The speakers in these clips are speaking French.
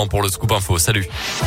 maintenant pour le Scoop Info. Salut.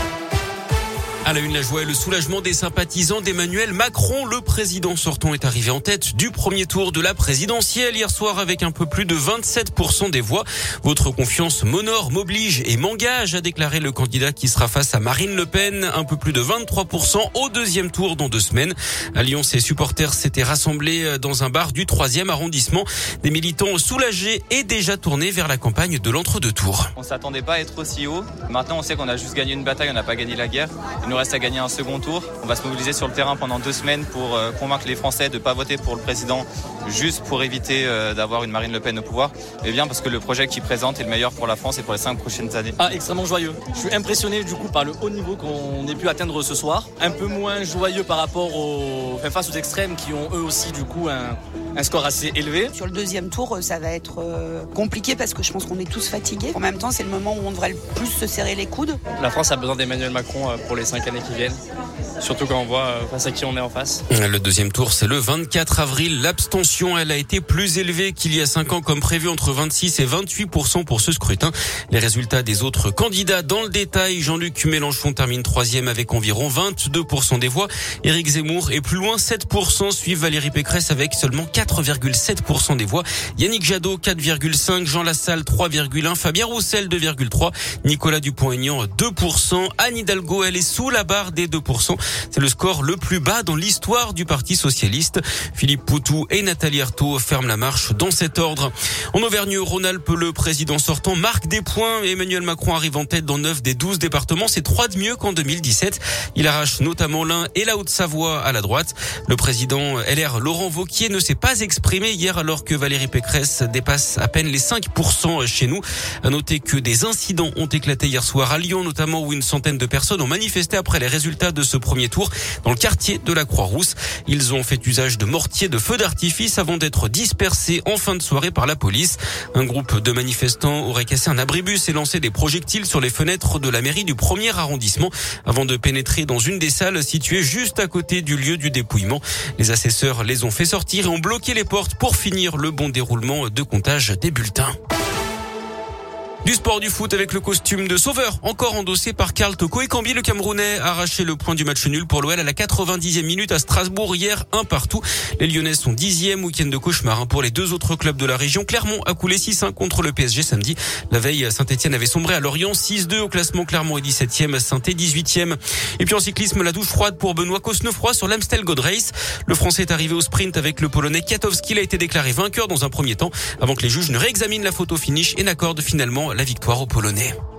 À la une, la joie et le soulagement des sympathisants d'Emmanuel Macron. Le président sortant est arrivé en tête du premier tour de la présidentielle hier soir avec un peu plus de 27% des voix. Votre confiance m'honore, m'oblige et m'engage, a déclaré le candidat qui sera face à Marine Le Pen. Un peu plus de 23% au deuxième tour dans 2 semaines. À Lyon, ses supporters s'étaient rassemblés dans un bar du 3e arrondissement. Des militants soulagés et déjà tournés vers la campagne de l'entre-deux tours. On s'attendait pas à être aussi haut. Maintenant, on sait qu'on a juste gagné une bataille, on n'a pas gagné la guerre. Il nous reste à gagner un second tour. On va se mobiliser sur le terrain pendant 2 semaines pour convaincre les Français de ne pas voter pour le président juste pour éviter d'avoir une Marine Le Pen au pouvoir. Mais bien parce que le projet qu'il présente est le meilleur pour la France et pour les 5 prochaines années. Extrêmement joyeux. Je suis impressionné du coup par le haut niveau qu'on ait pu atteindre ce soir. Un peu moins joyeux par rapport face aux extrêmes qui ont eux aussi du coup un score assez élevé. Sur le deuxième tour, ça va être compliqué parce que je pense qu'on est tous fatigués. En même temps, c'est le moment où on devrait le plus se serrer les coudes. La France a besoin d'Emmanuel Macron pour les 5 années qui viennent. Surtout quand on voit face à qui on est en face. Le deuxième tour, c'est le 24 avril. L'abstention, elle a été plus élevée qu'il y a 5 ans, comme prévu, entre 26 et 28% pour ce scrutin. Les résultats des autres candidats dans le détail. Jean-Luc Mélenchon termine 3e avec environ 22% des voix. Éric Zemmour est plus loin, 7%. Suivent Valérie Pécresse avec seulement 4,7% des voix. Yannick Jadot, 4,5%. Jean Lassalle, 3,1%. Fabien Roussel, 2,3%. Nicolas Dupont-Aignan, 2%. Anne Hidalgo, elle est sous la barre des 2%. C'est le score le plus bas dans l'histoire du Parti socialiste. Philippe Poutou et Nathalie Arthaud ferment la marche dans cet ordre. En Auvergne-Rhône-Alpes, le président sortant marque des points. Emmanuel Macron arrive en tête dans 9 des 12 départements. C'est 3 de mieux qu'en 2017. Il arrache notamment l'Ain et la Haute-Savoie à la droite. Le président LR Laurent Wauquiez ne s'est pas exprimé hier alors que Valérie Pécresse dépasse à peine les 5% chez nous. À noter que des incidents ont éclaté hier soir à Lyon, notamment où une centaine de personnes ont manifesté après les résultats de ce premier tour dans le quartier de la Croix-Rousse. Ils ont fait usage de mortiers, de feux d'artifice avant d'être dispersés en fin de soirée par la police. Un groupe de manifestants aurait cassé un abribus et lancé des projectiles sur les fenêtres de la mairie du 1er arrondissement avant de pénétrer dans une des salles situées juste à côté du lieu du dépouillement. Les assesseurs les ont fait sortir et ont bloqué les portes pour finir le bon déroulement de comptage des bulletins. Du sport, du foot avec le costume de sauveur encore endossé par Karl Toko Ekambi. Le Camerounais a arraché le point du match nul pour l'OL à la 90e minute à Strasbourg hier, 1-1. Les Lyonnais sont 10e, week-end de cauchemar pour les 2 autres clubs de la région. Clermont a coulé 6-1 contre le PSG samedi. La veille, Saint-Etienne avait sombré à Lorient, 6-2 au classement. Clermont est 17e, Saint-Etienne 18e. Et puis en cyclisme, la douche froide pour Benoît Cosnefroy sur l'Amstel Gold Race. Le Français est arrivé au sprint avec le Polonais Kwiatkowski. Il a été déclaré vainqueur dans un premier temps avant que les juges ne réexaminent la photo finish et n'accordent finalement la victoire aux Polonais.